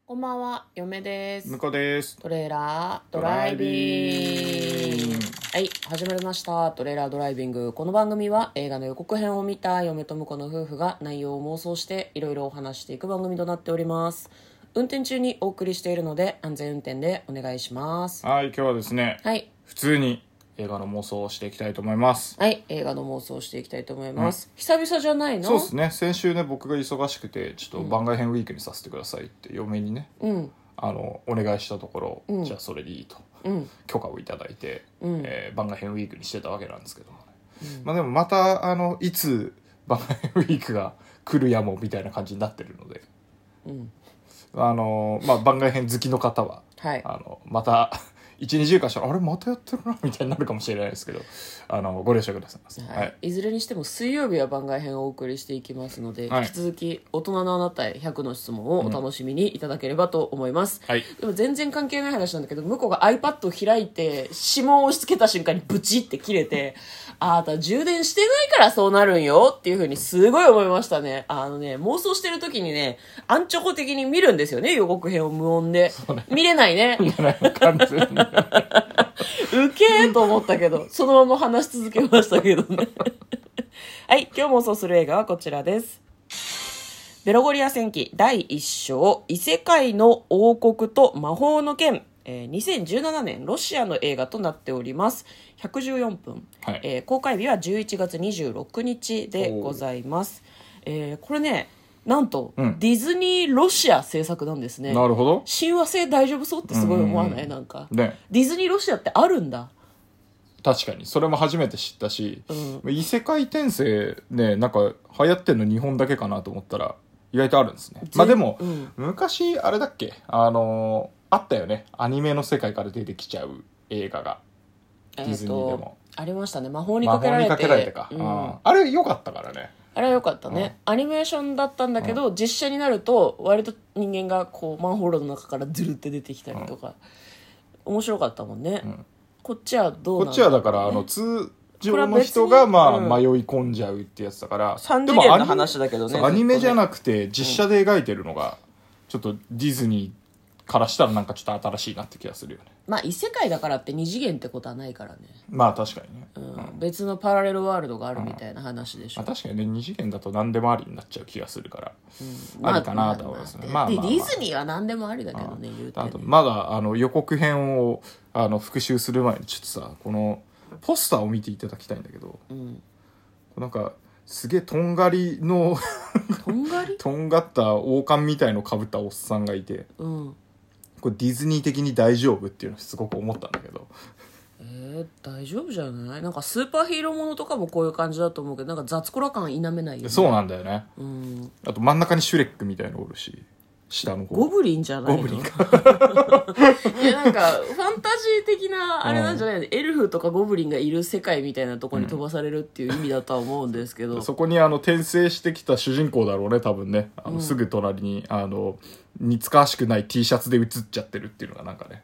こんばんは、嫁です。 向こうです。 トレーラードライビング。はい、始まりました。トレーラードライビング。この番組は映画の予告編を見た嫁と婿の夫婦が内容を妄想していろいろお話していく番組となっております。運転中にお送りしているので安全運転でお願いします。 はい、今日はですね、 はい。 普通に映画の妄想をしていきたいと思います。 はい、映画の妄想をしていきたいと思います。久々じゃないの？ そうですね、先週ね、僕が忙しくて、ちょっと番外編ウィークにさせてくださいって嫁にね、お願いしたところ、じゃあそれでいいと、許可をいただいて、番外編ウィークにしてたわけなんですけどもね。まあでもまた、いつ番外編ウィークが来るやもみたいな感じになってるので、まあ番外編好きの方は、 はい、 また、1、2週間したらあれまたやってるなみたいになるかもしれないですけどご了承くださいませ、 はい、いずれにしても水曜日は番外編をお送りしていきますので、引き続き大人のあなたへ100の質問をお楽しみにいただければと思います、でも全然関係ない話なんだけど、向こうが iPad を開いて指紋を押し付けた瞬間にブチって切れてあなた充電してないからそうなるんよっていう風にすごい思いましたね。妄想してる時にね、アンチョコ的に見るんですよね、予告編を無音で、見れないね完全にウケーと思ったけど、そのまま話し続けましたけどねはい、今日妄想する映画はこちらです。ベロゴリア戦記第1章、異世界の王国と魔法の剣、2017年ロシアの映画となっております。114分、公開日は11月26日でございます。これね、なんと、ディズニーロシア制作なんですね。 なるほど。 親和性大丈夫そうってすごい思わない？なんか、ね、ディズニーロシアってあるんだ。 確かにそれも初めて知ったし、異世界転生ね、なんか流行ってんの日本だけかなと思ったら意外とあるんですね。まあでも、昔あれだっけ、あったよね、アニメの世界から出てきちゃう映画が、ディズニーでもありましたね。魔法にかけられてか、あれ良かったからね。 あれは良かったね、アニメーションだったんだけど、実写になると割と人間がこうマンホールの中からズルって出てきたりとか、面白かったもんね、こっちはどうなんだろうね。 こっちはだから通常の人が迷い込んじゃうってやつだから、 3次元の話だけどね。 アニメじゃなくて実写で描いてるのがちょっとディズニーからしたらなんかちょっと新しいなって気がするよね。 まあ異世界だからって2次元ってことはないからね。 まあ確かにね、 別のパラレルワールドがあるみたいな話でしょ、 確かにね、2次元だと何でもありになっちゃう気がするから、ありかなと思いますね。ディズニーは何でもありだけどね、言うてね。 まだ予告編を復習する前にちょっとさ、このポスターを見ていただきたいんだけど、なんかすげえとんがりのとんがった王冠みたいの被ったおっさんがいて、これディズニー的に大丈夫っていうのをすごく思ったんだけど、 大丈夫じゃない？なんかスーパーヒーローものとかもこういう感じだと思うけど、なんか雑コラ感否めないよね。 そうなんだよね、あと真ん中にシュレックみたいのおるし、下の方ゴブリンじゃないの？ ゴブリンかいや、なんかファンタジー的なあれなんじゃないの、エルフとかゴブリンがいる世界みたいなところに飛ばされるっていう意味だとは思うんですけど、 そこに転生してきた主人公だろうね、多分ね。すぐ隣に似つかわしくない T シャツで写っちゃってるっていうのがなんかね、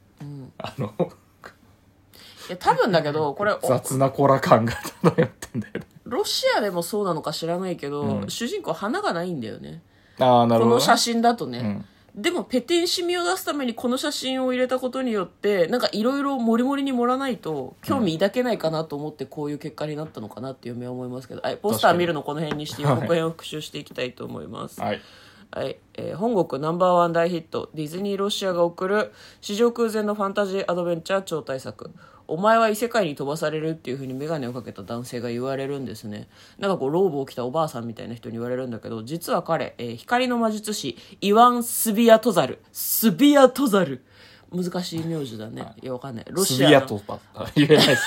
いや多分だけどこれ雑なコラ感が漂ってんだよね。 ロシアでもそうなのか知らないけど、主人公花がないんだよね。 なるほど。 この写真だとね、でもペテンシミを出すためにこの写真を入れたことによってなんかいろいろモリモリに盛らないと興味抱けないかなと思ってこういう結果になったのかなっていう目は思いますけど、ポスター見るのこの辺にして予告編を復習していきたいと思います。本国ナンバーワン大ヒットディズニーロシアが送る史上空前のファンタジーアドベンチャー超大作、お前は異世界に飛ばされるっていう風に眼鏡をかけた男性が言われるんですね。なんかこうローブを着たおばあさんみたいな人に言われるんだけど、実は彼、光の魔術師イワン・スビアトザル難しい名字だね。いやわかんない。ロシアのスビアト言えないです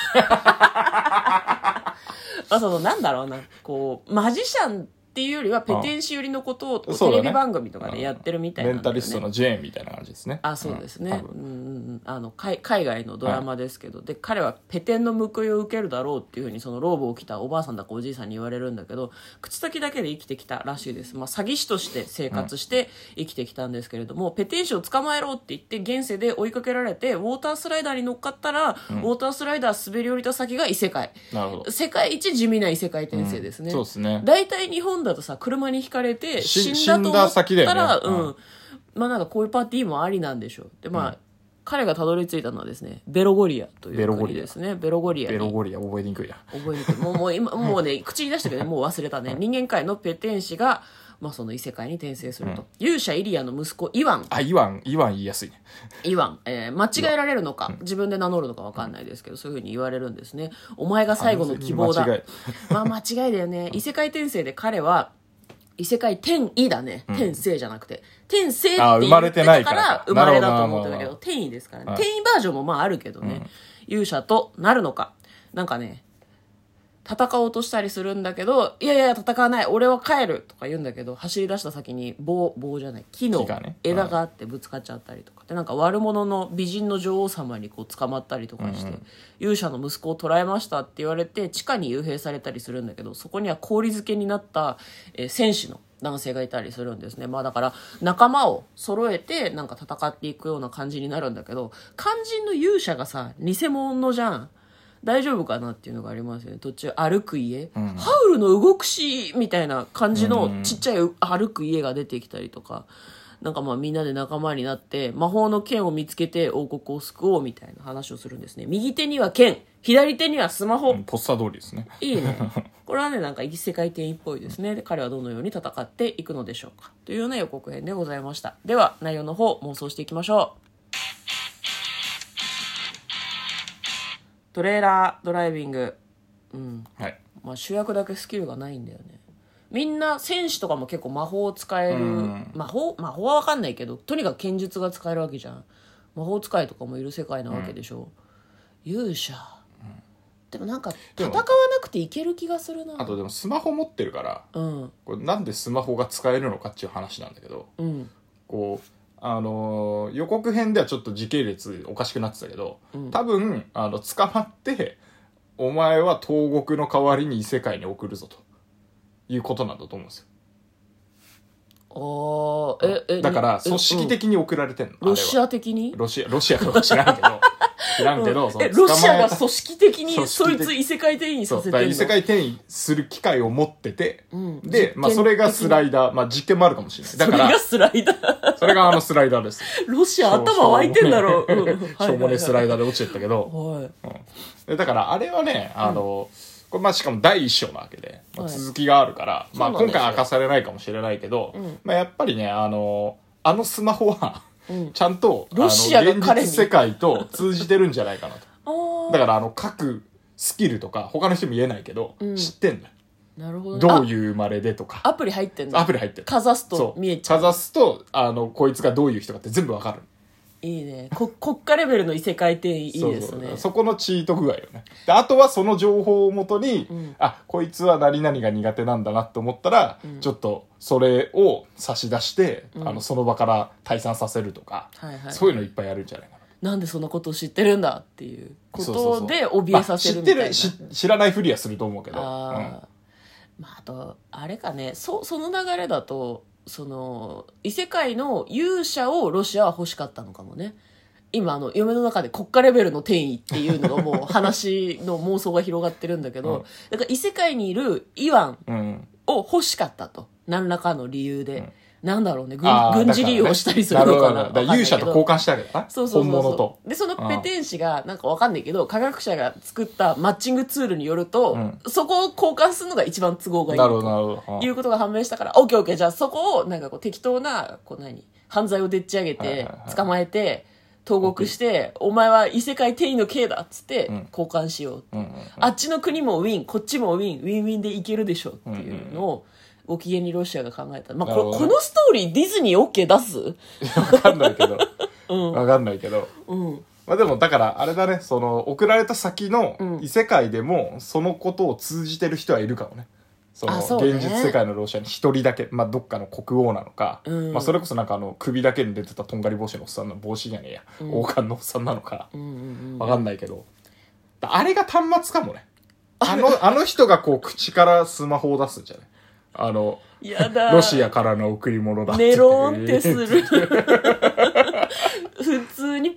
なんだろうな、こうマジシャンっていうよりはペテン師寄りのことをテレビ番組とかでやってるみたいなんだよね。 メンタリストのジェーンみたいな感じですね。 そうですね、海外のドラマですけど、で彼はペテンの報いを受けるだろうっていうふうにそのローブを着たおばあさんだかおじいさんに言われるんだけど、口先だけで生きてきたらしいです。詐欺師として生活して生きてきたんですけれども、ペテン師を捕まえろって言って現世で追いかけられてウォータースライダーに乗っかったら、ウォータースライダー滑り降りた先が異世界。 なるほど。 世界一地味な異世界転生ですね。 そうですね。 大体日本だとさ、車にひかれて死んだと思ったら、 まあなんかこういうパーティーもありなんでしょう。でまあ、彼がたどり着いたのはですね、ベロゴリアという国ですね。ベロゴリア覚えにくいな。 覚えにくい。もうね、口に出したけど、ね、もう忘れたね。人間界のペテン師が、まあその異世界に転生すると。勇者イリアの息子、イワン。 イワン言いやすいね。 イワン。間違えられるのか、自分で名乗るのか分かんないですけど、そういうふうに言われるんですね。お前が最後の希望だ。まあ間違いだよね。異世界転生で彼は、異世界転移だね。転生じゃなくて。転生って言ってたから生まれだと思ってたけど、転移ですからね。転移バージョンもまああるけどね。勇者となるのか。なんかね、戦おうとしたりするんだけど、いやいや戦わない、俺は帰るとか言うんだけど、走り出した先に棒じゃない、木の枝があってぶつかっちゃったりとか。で、なんか悪者の美人の女王様にこう捕まったりとかして、勇者の息子を捕らえましたって言われて、地下に幽閉されたりするんだけど、そこには氷漬けになった、戦士の男性がいたりするんですね。まあだから仲間を揃えてなんか戦っていくような感じになるんだけど、肝心の勇者がさ、偽物じゃん。大丈夫かなっていうのがありますよね。途中歩く家、ハウルの動くしみたいな感じのちっちゃい歩く家が出てきたりとか、なんかまあみんなで仲間になって魔法の剣を見つけて王国を救おうみたいな話をするんですね。右手には剣、左手にはスマホ。 ポスター通りですね。 いいね。これはね、なんか異世界転移っぽいですね。で、彼はどのように戦っていくのでしょうかというような予告編でございました。では内容の方妄想していきましょう。トレーラードライビング、 はい。 まあ、主役だけスキルがないんだよね。みんな戦士とかも結構魔法を使える、魔法は分かんないけど、とにかく剣術が使えるわけじゃん。魔法使いとかもいる世界なわけでしょ。勇者、でもなんか戦わなくていける気がするな。 あとでもスマホ持ってるから、これなんでスマホが使えるのかっていう話なんだけど、こう予告編ではちょっと時系列おかしくなってたけど、多分捕まってお前は東国の代わりに異世界に送るぞということなんだと思うんですよ。だから組織的に送られてんの、 ロシア的にロシアとか知らんけどロシアが組織的にそいつ異世界転移させてるの。 異世界転移する機会を持ってて、で、まあそれがスライダー、まあ実験もあるかもしれない。だからそれがスライダーそれがスライダーです。 ロシア頭湧いてんだろう。 しょうもねスライダーで落ちてったけど、だからあれはね、これまあしかも第一章なわけで、まあ、続きがあるから、まあ今回明かされないかもしれないけど、まあやっぱりね、スマホは、ちゃんとロシアが現実世界と通じてるんじゃないかなと。だから各スキルとか他の人も言えないけど、知ってんだよ。 なるほど、 ね、どういう生まれでとかアプリ入ってんの。 アプリ入ってる。 かざすと見えちゃう。 かざすとこいつがどういう人かって全部わかる。 いいね。国家レベルの異世界転移いいですね。 そこのチート具合よね。であとはその情報をもとに、こいつは何々が苦手なんだなって思ったら、ちょっとそれを差し出して、その場から退散させるとか、そういうのいっぱいやるんじゃないかな。 なんでそんなことを知ってるんだっていうことで怯えさせるみたいな。 知らないふりはすると思うけど。 あとあれかね、その流れだと異世界の勇者をロシアは欲しかったのかもね。今嫁の中で国家レベルの転移っていうのがもう話の妄想が広がってるんだけど、だから異世界にいるイワンを欲しかったと、何らかの理由で、なんだろうね、軍事利用したりするのかな。 勇者と交換してあげたな。本物と。 で、そのペテン師が、なんかわかんないけど、科学者が作ったマッチングツールによると、そこを交換するのが一番都合がいいということが判明したから、オッケーオッケー、じゃあそこを、なんか適当な、犯罪をでっち上げて、捕まえて、投獄して、お前は異世界転移の刑だっつって交換しようって、あっちの国もウィン、こっちもウィン、ウィンウィンでいけるでしょっていうのを、ご機嫌にロシアが考えた。まあ、このストーリーディズニー OK 出す？ わかんないけど。わかんないけど。まあでも、だから、あれだね、送られた先の異世界でも、そのことを通じてる人はいるかもね。現実世界のロシアに一人だけ、まあどっかの国王なのか、まあそれこそなんか首だけに出てたとんがり帽子のおっさんの帽子じゃねえや、王冠のおっさんなのか、わかんないけど。あれが端末かもね。あの人が口からスマホを出すんじゃない？ やだ、 ロシアからの贈り物だってメロンってする普通にポ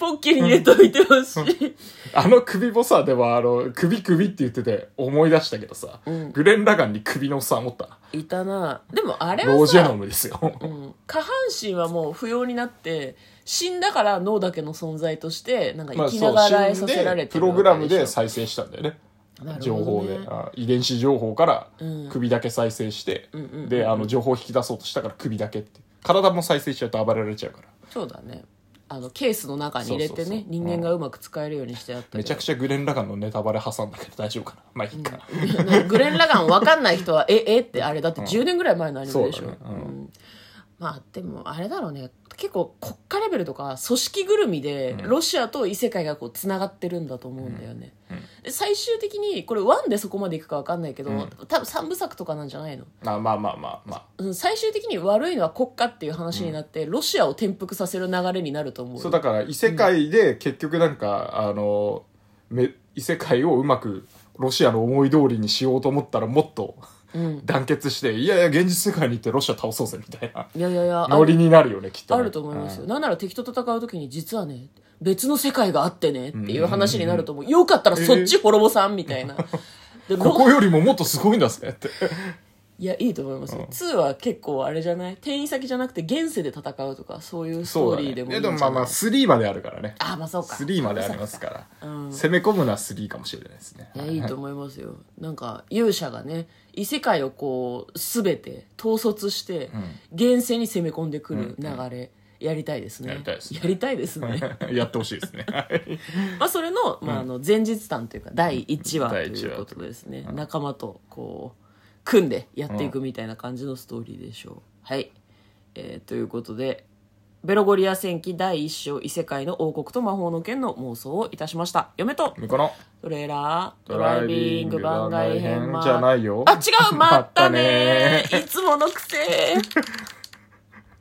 ポッケに入れといてほしい。 あの首もさ、でも首って言ってて思い出したけどさ、グレン・ラガンに首のおっさんおったな。 いたな。でもあれはさ、 ロージェノムですよ。 下半身はもう不要になって、死んだから脳だけの存在として、なんか生きながらえさせられてる、 プログラムで再生したんだよね。 ね、 情報で遺伝子情報から首だけ再生して、で情報を引き出そうとしたから首だけって体も再生しちゃうと暴れられちゃうから。 そうだね。ケースの中に入れてね、人間がうまく使えるようにしてやったけど、 めちゃくちゃグレン・ラガンのネタバレ挟んだけど大丈夫かな。まあいいか、 グレン・ラガン分かんない人はってあれだって10年ぐらい前のアニメでしょ、 そうだね、 まあでもあれだろうね、結構国家レベルとか組織ぐるみでロシアと異世界がこうつながってるんだと思うんだよね、で最終的にこれ1でそこまでいくか分かんないけど、多分3部作とかなんじゃないの。 まあ最終的に悪いのは国家っていう話になって、ロシアを転覆させる流れになると思う。 そうだから異世界で結局なんか、異世界をうまくロシアの思い通りにしようと思ったらもっと団結して、いやいや現実世界に行ってロシア倒そうぜみたいな、 いやノリになるよねきっとね。 あると思いますよ、なんなら敵と戦う時に実はね別の世界があってねっていう話になると思う、よかったらそっち滅ぼさんみたいな、でここよりももっとすごいんだぜっていやいいと思いますよ、2は結構あれじゃない、転移先じゃなくて現世で戦うとかそういうストーリーでもいいんじゃない。 でもまあ3まであるからね。 まあそうか、 3までありますから、攻め込むのは3かもしれないですね。 いいと思いますよ。なんか勇者がね異世界をこう全て統率して、現世に攻め込んでくる流れ、やりたいですね。 やりたいですね。 やりたいですね。 やってほしいですね。 まあそれの、前日談というか第1話ということですね。仲間とこう組んでやっていくみたいな感じのストーリーでしょう。はい。ということで、ベロゴリア戦記第1章異世界の王国と魔法の剣の妄想をいたしました。嫁と向こうのトレーラードライビング番外編じゃないよ。 違うまたねいつものくせ